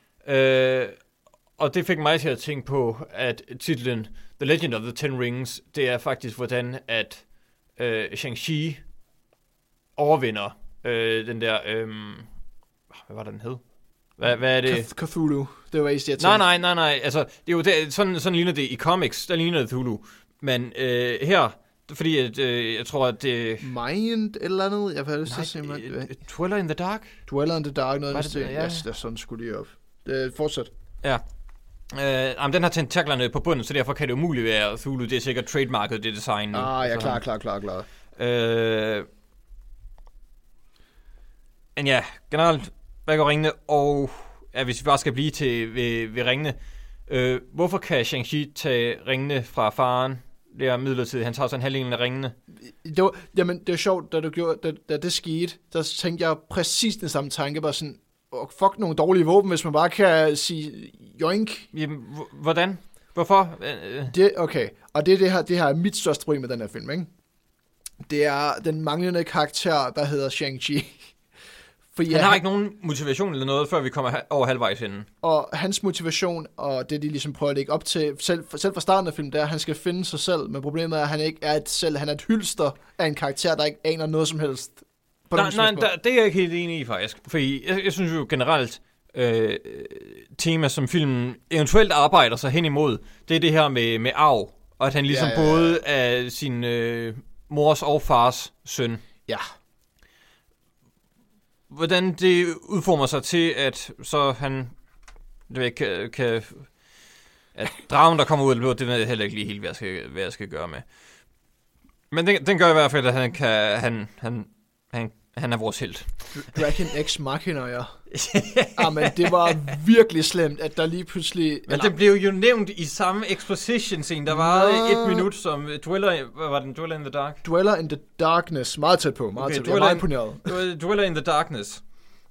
Og det fik mig til at tænke på, at titlen The Legend of the Ten Rings, det er faktisk, hvordan at Shang-Chi overvinder den der... hvad var den hed? Hvad er det? Cthulhu. Det var jeg Nej. Altså, det er jo sådan ligner det i comics. Der ligner det Cthulhu. Men her... Fordi at, jeg tror, at det... Mind eller andet? Jeg vil sige Dweller in the Dark? Dweller in the Dark, noget af det. Ja, det er sådan skulle lige op. Fortsæt. Ja. Den har tentaklerne på bunden, så derfor kan det umuligt være Cthulhu. Det er sikkert trademarket, det design. Ja, klar. Men ja, generelt, hvad går ringene? Og hvis vi bare skal blive til ved ringene. Hvorfor kan Shang-Chi tage ringene fra faren? Det er midlertidigt. Han tager sådan halvdelen af ringene. Det var sjovt, da det skete, der tænkte jeg præcis den samme tanke, bare sådan, fuck nogle dårlige våben, hvis man bare kan sige joink. Jamen, hvordan? Hvorfor? Okay, og det her er mit største problem med den her film, ikke? Det er den manglende karakter, der hedder Shang-Chi. Han har ikke nogen motivation eller noget, før vi kommer over halvvejs inden. Og hans motivation, og det de ligesom prøver at lægge op til, selv fra starten af filmen, det er, at han skal finde sig selv. Men problemet er, at han ikke er han er et hylster af en karakter, der ikke aner noget som helst. Nej, det er jeg ikke helt enig i faktisk. Fordi jeg synes jo generelt, tema som filmen eventuelt arbejder sig hen imod, det er det her med arv. Og at han ligesom både er sin mors og fars søn. Ja. Hvordan det udformer sig til, at så han kan at dragen, der kommer ud af det, ved jeg heller ikke lige helt, hvad jeg skal gøre med. Men den gør i hvert fald, at han er vores helt. Dragon X Machina, ja. Men det var virkelig slemt, at der lige pludselig... Men det blev jo nævnt i samme exposition-scene. Der var 1 minut som Dweller in the Dark? Dweller in the Darkness. Meget tæt på. Jeg er meget imponeret. Dweller in the Darkness.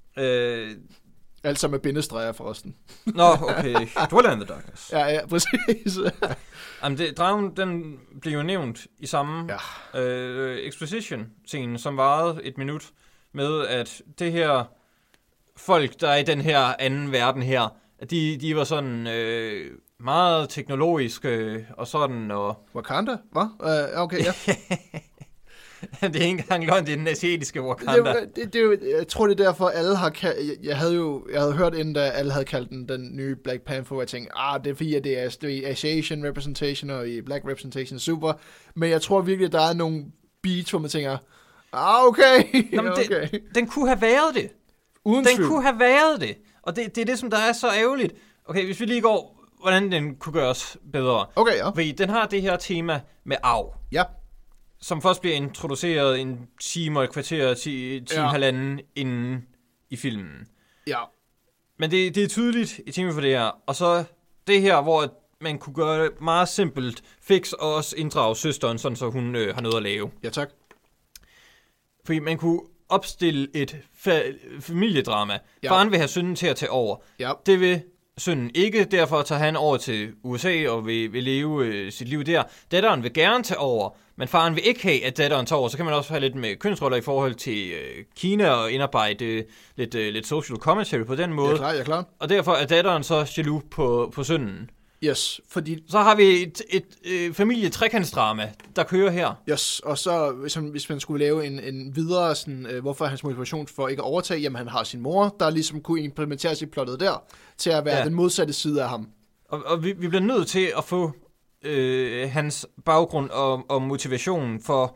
Altså med bindestreger forresten. Nå, okay. Dweller in the Darkness. Ja, præcis. Jamen, dragen, den blev jo nævnt i samme exposition-scene, som varede 1 minut, med at det her folk, der er i den her anden verden her, at de var sådan meget teknologiske og sådan. Og Wakanda? Hvad? Okay, ja. Det er ikke engang løgn, det er den asiatiske Wakanda. Jeg tror, det er derfor, alle har jeg havde hørt inden, da alle havde kaldt den nye Black Panther, hvor jeg tænkte, det er fordi, at det er Asian representation, og i Black representation super. Men jeg tror virkelig, at der er nogle beats, hvor man tænker, okay. Nå, okay. Den kunne have været det. Kunne have været det. Og det er det, som der er så ærgerligt. Okay, hvis vi lige går, hvordan den kunne gøres bedre. Okay, ja. Fordi den har det her tema med arv. Ja. Som først bliver introduceret 1 time og et kvarter, halvanden inden i filmen. Ja. Men det er tydeligt i timen for det her. Og så det her, hvor man kunne gøre det meget simpelt. Fix og også inddrage søsteren, sådan så hun har noget at lave. Ja, tak. Fordi man kunne opstille et familiedrama. Ja. Faren vil have sønnen til at tage over. Ja. Det vil sønnen ikke, derfor tager han over til USA og vil leve sit liv der. Datteren vil gerne tage over, men faren vil ikke have, at datteren tager over. Så kan man også have lidt med kønsroller i forhold til Kina og indarbejde lidt social commentary på den måde. Jeg er klar. Og derfor er datteren så jaloux på sønnen. Yes, fordi... Så har vi et familie-trekantsdrama, der kører her. Yes, og så hvis man skulle lave en videre, sådan, hvorfor hans motivation for ikke at overtage, jamen han har sin mor, der ligesom kunne implementeres i plottet der, til at være den modsatte side af ham. Og vi bliver nødt til at få hans baggrund og motivation for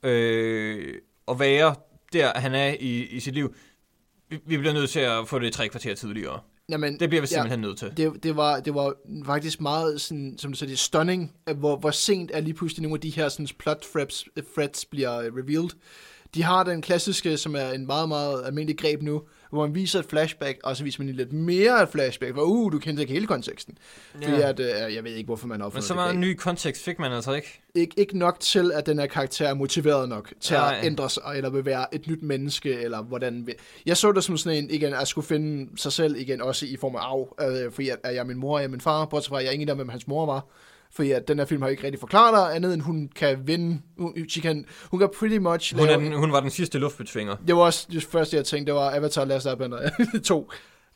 at være der, han er i sit liv. Vi bliver nødt til at få det 3 kvarter tidligere. Jamen, det bliver vi simpelthen nødt til. Det var faktisk meget, sådan, som du sagde, stunning, hvor sent er lige pludselig nogle af de her sådan, plot threads bliver revealed. De har den klassiske, som er en meget, meget almindelig greb nu, hvor man viser et flashback, og så viser man lidt mere et flashback, hvor du kendte ikke hele konteksten. Fordi at, jeg ved ikke, hvorfor man har opfundet det. Men så meget ny kontekst fik man altså ikke. Ikke nok til, at den her karakter er motiveret nok til at ændre sig, eller vil være et nyt menneske, eller hvordan... Jeg så det som sådan en, igen, at skulle finde sig selv igen, også i form af arv, fordi at jeg min mor og jeg min far, bortset fra, at jeg ingen idé om, hvem hans mor var. Fordi at den her film har ikke rigtig forklaret dig, andet end hun kan vinde. Hun kan pretty much lave... Hun var den sidste luftbetvinger. Det var også det første, jeg tænkte, det var Avatar Last Airbender 2.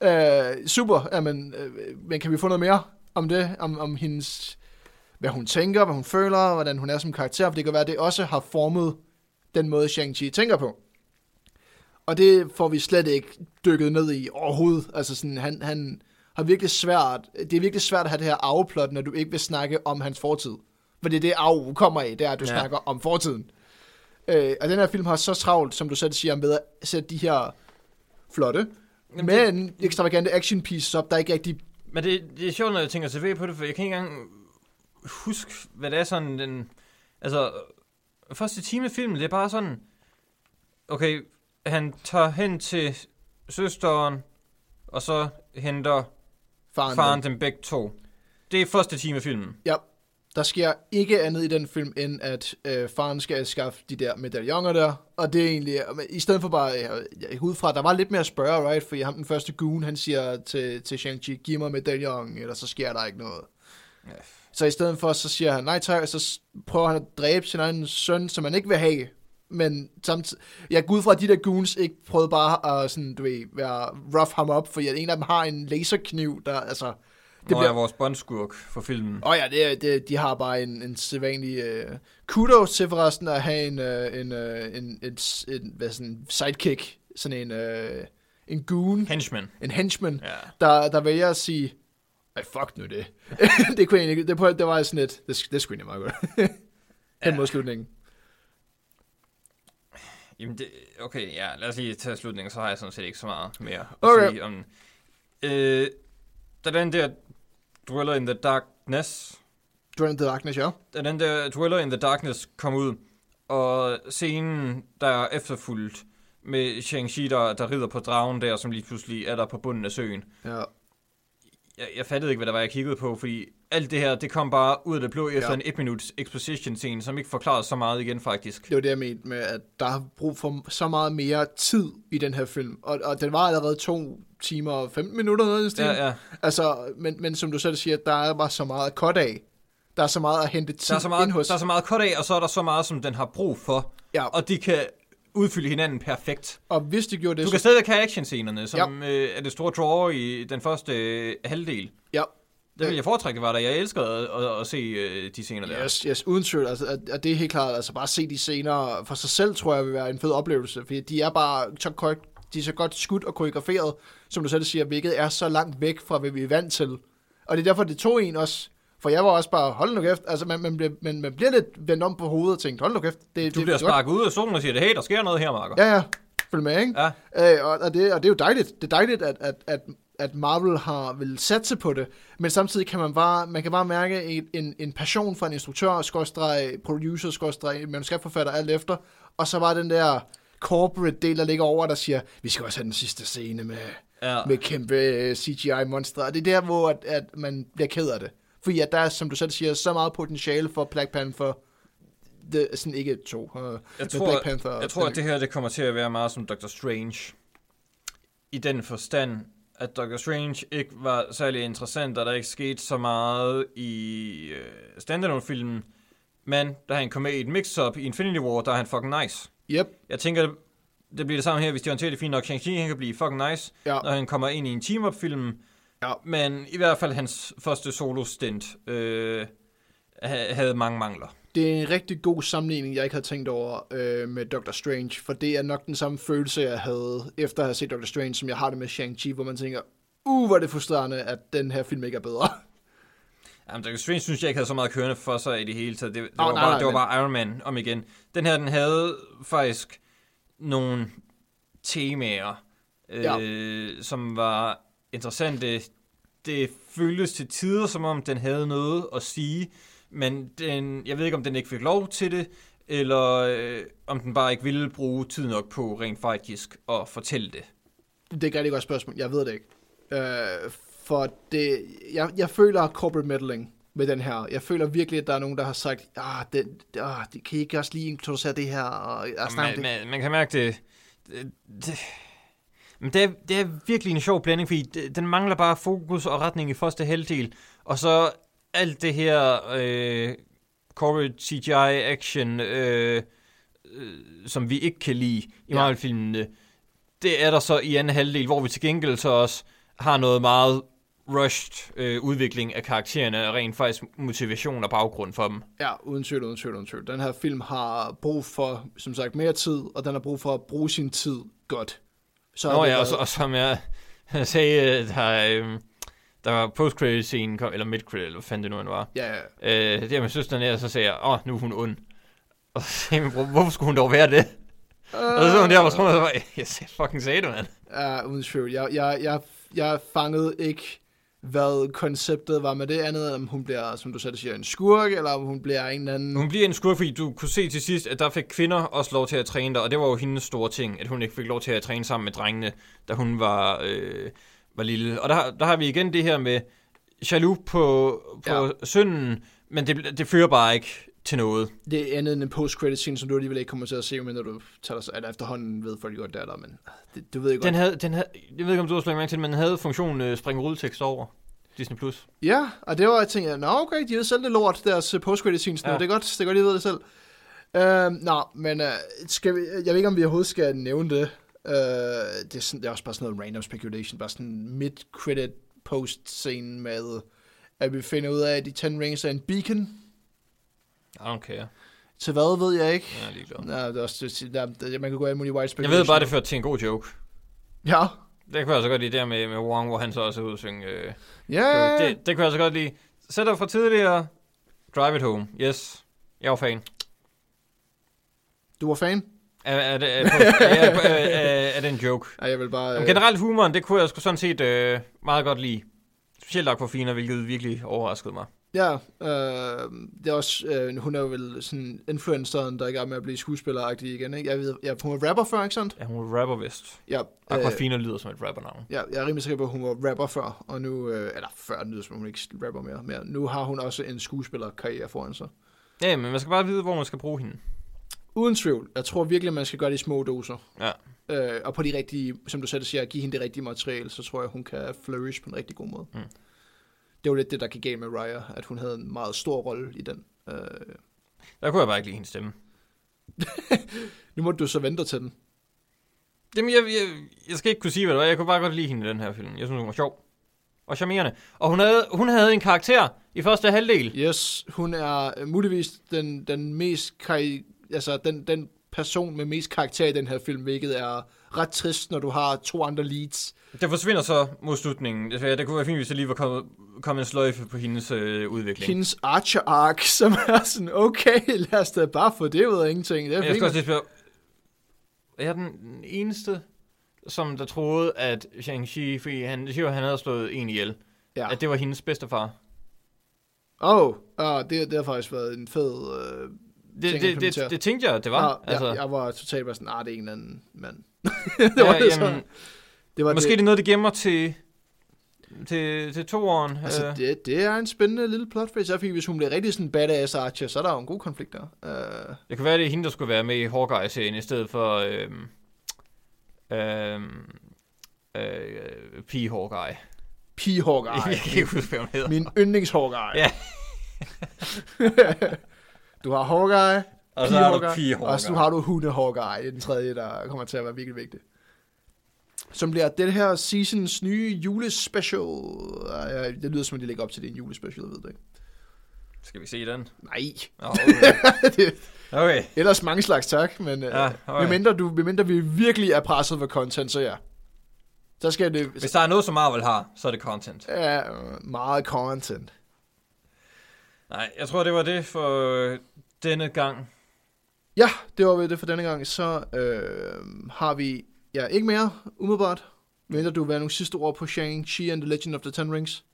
Super, men kan vi få noget mere om det? Om hendes... Hvad hun tænker, hvad hun føler, hvordan hun er som karakter. For det kan være, at det også har formet den måde, Shang-Chi tænker på. Og det får vi slet ikke dykket ned i overhovedet. Altså sådan, han har virkelig svært... Det er virkelig svært at have det her arveplot, når du ikke vil snakke om hans fortid. For det er det, arv kommer af, det er, at du snakker om fortiden. Og den her film har så travlt, som du selv siger, med at sætte de her flotte, men ekstravagante action pieces op, der ikke rigtig... Men det er sjovt, når jeg tænker tilbage på det, for jeg kan ikke engang huske, hvad det er sådan den... Altså, første time af filmen, det er bare sådan... Okay, han tager hen til søsteren, og så henter faren dem begge to. Det er første time af filmen. Ja, der sker ikke andet i den film, end at faren skal skaffe de der medaljoner der. Og det er egentlig, i stedet for bare, udefra, der var lidt mere at spørge, right? For ham den første goon, han siger til Shang-Chi, giv mig medaljon, eller så sker der ikke noget. Ja. Så i stedet for, så siger han nej tak, og så prøver han at dræbe sin egen søn, som han ikke vil have. Men samtidig, jeg går ud fra, at de der goons ikke prøvede bare at sådan, du ved, være rough ham op, for en af dem har en laserkniv, der altså... Det bliver vores båndskurk for filmen. De har bare en sædvanlig kudos til forresten at have en sidekick, sådan en goon. Henchman. En henchman, der vælger at sige, fuck nu det. Det kunne egentlig, det var sådan et, det skulle egentlig meget godt. Den mod slutningen. Jamen okay, ja, lad os lige tage slutningen, så har jeg sådan set ikke så meget mere at sige om... Da den der Dweller in the Darkness... Dweller in the Darkness, ja. Da den der Dweller in the Darkness kom ud, og scenen, der er efterfulgt med Shang-Chi, der rider på dragen der, som lige pludselig er der på bunden af søen. Ja. Jeg fattede ikke, hvad der var, jeg kiggede på, fordi alt det her, det kom bare ud af det blå efter en 1-minuts exposition-scene, som ikke forklarede så meget igen, faktisk. Det var det, jeg mente med, at der har brug for så meget mere tid i den her film. Og den var allerede 2 timer og 15 minutter, noget i stil. Ja. Altså, men som du selv siger, der er bare så meget at cut af. Der er så meget at hente tid ind hos. Der er så meget cut af, og så er der så meget, som den har brug for. Ja. Og de kan udfylde hinanden perfekt. Og hvis de gjorde det... Du kan stadig have actionscenerne, som er det store draw i den første halvdel. Ja. Det vil jeg foretrække, var der. Jeg elskede at se de scener der. Yes, uden tvivl. Altså, at det er helt klart, altså bare se de scener for sig selv, tror jeg vil være en fed oplevelse. Fordi de er bare så godt skudt og koreograferet, som du selv siger, hvilket er så langt væk fra, hvad vi er vant til. Og det er derfor, det tog en også. For jeg var også bare, hold nu kæft. Altså, man bliver lidt vendt om på hovedet og tænkt, hold nu kæft. Du bliver sparket ud af solen og siger, hey, der sker noget her, Marker. Ja. Følg med, ikke? Ja. Og det er jo dejligt. Det er dejligt, at Marvel har vil satse på det, men samtidig kan man kan bare mærke en passion fra en instruktør, producer, manuskriptforfatter, alt efter, og så var den der corporate del, der ligger over, der siger, vi skal også have den sidste scene med kæmpe CGI-monstre, og det er der, hvor at man bliver ked af det. Fordi at der er, som du selv siger, så meget potentiale for Black Panther. Det er sådan ikke to. Jeg tror, at det her det kommer til at være meget som Doctor Strange. I den forstand, at Doctor Strange ikke var særlig interessant, og der ikke skete så meget i standalone-filmen. Men da han kom med i et mix-up i Infinity War, der er han fucking nice. Yep. Jeg tænker, det bliver det samme her, hvis de håndterer det fint nok. Shang-Chi, han kan blive fucking nice, når han kommer ind i en team-up-film. Ja. Men i hvert fald hans første solo-stint havde mange mangler. Det er en rigtig god sammenligning, jeg ikke havde tænkt over med Doctor Strange, for det er nok den samme følelse, jeg havde efter at have set Doctor Strange, som jeg har det med Shang-Chi, hvor man tænker, hvor er det frustrerende, at den her film ikke er bedre. Jamen, Doctor Strange synes jeg ikke havde så meget kørende for sig i det hele taget. Det var bare Iron Man om igen. Den her, den havde faktisk nogle temaer, som var interessante. Det føltes til tider, som om den havde noget at sige, men jeg ved ikke, om den ikke fik lov til det, eller om den bare ikke ville bruge tid nok på rent faktisk at fortælle det. Det er et rigtig godt spørgsmål. Jeg ved det ikke. For det, jeg føler corporate meddling med den her. Jeg føler virkelig, at der er nogen, der har sagt, det kan I ikke også lige introducere det her? Og man kan mærke men det er virkelig en sjov blanding, fordi den mangler bare fokus og retning i første halvdel, og så alt det her corporate CGI-action, som vi ikke kan lide i Marvel-filmene, det er der så i anden halvdel, hvor vi til gengæld så også har noget meget rushed udvikling af karaktererne, og rent faktisk motivation og baggrund for dem. Ja, uden tvivl. Den her film har brug for, som sagt, mere tid, og den har brug for at bruge sin tid godt. Og som jeg sagde, der var post-credit-scenen, eller mid-credit, eller hvad fanden det nu end var. Ja. Det er min søster nede, og så sagde jeg, nu er hun ond. Og så sagde min bror, hvorfor skulle hun dog være det? Og så hun der var sådan, og så var jeg fucking sagde det, mand. Ja, uden tvivl. Jeg fangede ikke, hvad konceptet var med det andet, om hun bliver, som du selv siger, en skurk, eller om hun bliver en eller anden... Hun bliver en skurk, fordi du kunne se til sidst, at der fik kvinder også lov til at træne der, og det var jo hendes store ting, at hun ikke fik lov til at træne sammen med drengene, da hun var lille. Og der har vi igen det her med jaloux på sønnen, men det fører bare ikke til noget. Det er andet end en post-credit scene, som du alligevel ikke kommer til at se, men når du tager dig, at efterhånden ved folk godt, der, men du ved ikke godt. Den havde, jeg ved ikke, om du har slået mærke til, men den havde funktionen springe rulletekst over Disney+. Ja, og det var, jeg tænkte, okay, de ved selv det lort, deres post-credit scenes nu, det er godt, de ved det selv. Men jeg ved ikke, om vi overhovedet skal nævne det. Det er også bare sådan noget random speculation, bare sådan mid-credit post-scene med, at vi finder ud af, at de 10 Rings er en beacon. I don't care. Til hvad, ved jeg ikke. Jeg er ligeglad. Ja, det er også, man kan gå af mulige white speculation. Jeg ved bare, det førte til en god joke. Ja. Det kunne jeg så godt lide der med Wong, hvor han så også er ude at synge. Det kunne jeg så godt lide. Sæt op fra tidligere. Drive it home. Yes. Jeg var fan. Du var fan? Er det en joke? Ja, jeg vil bare... Generelt humoren, det kunne jeg sgu sådan set meget godt lide. Specielt Aquafina, hvilket virkelig overraskede mig. Ja, det er også, hun er jo vel sådan influenceren, der er i gang med at blive skuespilleragtig igen, ikke? Jeg ved, hun var rapper før, ikke sandt? Ja, hun var rapper vist. Ja. Aquafina lyder som et rappernavn. Ja, jeg er rimelig sikker på, at hun var rapper før, og nu, eller før lyder som, hun ikke rapper mere. Nu har hun også en skuespillerkarriere foran sig. Ja, men man skal bare vide, hvor man skal bruge hende. Uden tvivl. Jeg tror virkelig, man skal gøre det i små doser. Ja. Og på de rigtige, som du selv siger, give hende det rigtige materiale, så tror jeg, hun kan flourish på en rigtig god måde. Mm. Det var lidt det, der gik galt med Raya, at hun havde en meget stor rolle i den. Der kunne jeg bare ikke lide hendes stemme. Nu må du så vente til den. Jamen, jeg skal ikke kunne sige, hvad det var. Jeg kunne bare godt lide hende i den her film. Jeg synes, hun var sjov og charmerende. Og hun havde en karakter i første halvdel. Yes, hun er muligvis den mest den person med mest karakter i den her film, hvilket er ret trist, når du har 2 andre leads. Det forsvinder så mod slutningen. Det kunne være fint, hvis der lige var kommet en sløjfe på hendes udvikling. Hendes Archer arc, som er sådan, okay, lad os da bare få det ud af ingenting. Det er jeg skal også lige spørge, er jeg den eneste, som der troede, at Shang-Chi, fordi han havde slået en ihjel, at det var hendes bedstefar? Det har faktisk været en fed... Det tænkte jeg, det var. Jeg var totalt bare sådan, det er en eller anden mand. det var måske det er noget, det gemmer til 2 år. Altså, det er en spændende lille plot twist. Jeg fik, hvis hun bliver rigtig sådan badass Archer, så er der jo en god konflikt der. Det kan være, det er hende, der skulle være med i Hawkeye-serien, i stedet for P-Hawkeye. P-Hawkeye. Jeg kan ikke huske, hvad hun hedder. Min yndlings-Hawkeye. Ja. Du har Hawkeye, og så har du P-Hawkeye. Og så har du hunde-Hawkeye, den tredje, der kommer til at være virkelig vigtig. som bliver det her seasons nye julespecial. Det lyder som, at de lægger op til det en julespecial, jeg ved det ikke. Skal vi se den? Nej. Okay. Okay. Ellers mange slags tak, men medmindre vi virkelig er presset for content, så ja. Så skal det... Hvis der er noget, som Marvel har, så er det content. Ja, meget content. Nej, jeg tror, det var det for denne gang. Ja, det var det for denne gang. Så har vi ikke mere umiddelbart. Medmindre du vil have nogle sidste ord på Shang-Chi and the Legend of the Ten Rings.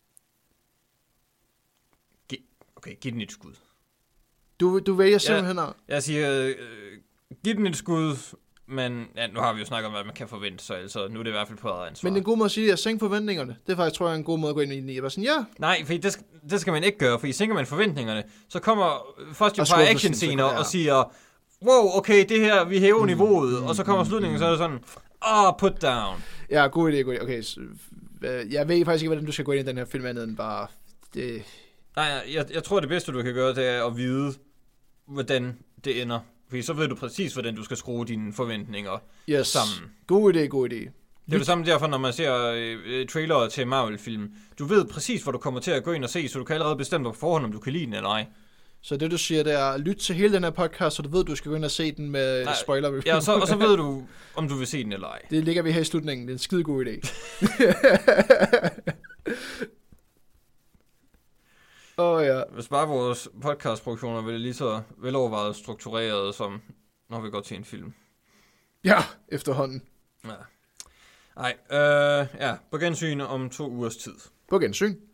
Okay, giv den et skud. Du vælger simpelthen Jeg siger, giv den et skud, men nu har vi jo snakket om, hvad man kan forvente, så altså, nu er det i hvert fald på eget ansvar. Men en god måde at sige, at sænke forventningerne, det er faktisk, tror jeg, en god måde at gå ind i. Jeg var sådan, ja. Nej, for det skal man ikke gøre, for sænker man forventningerne, så kommer først jo bare actionscener og siger, wow, okay, det her, vi hæver niveauet, og så kommer slutningen, så er det sådan, put down. Ja, god idé. Okay, jeg ved faktisk ikke, hvordan du skal gå ind i den her film, andet end bare det... Nej, jeg tror, det bedste, du kan gøre, det er at vide, hvordan det ender. Fordi så ved du præcis, hvordan du skal skrue dine forventninger sammen. God idé. Det er det samme derfor, når man ser trailere til Marvel-film. Du ved præcis, hvor du kommer til at gå ind og se, så du kan allerede bestemme på forhånd, om du kan lide den eller ej. Så det, du siger, det er, lyt til hele den her podcast, så du ved, du skal gå ind og se den med spoiler. Ja, og så ved du, om du vil se den eller ej. Det ligger vi her i slutningen. Det er en skide god idé. Ja. Hvis bare vores podcastproduktioner ville lige så velovervejet struktureret, som når vi går til en film. Ja, efterhånden. Ja. På gensyn om 2 ugers tid. På gensyn.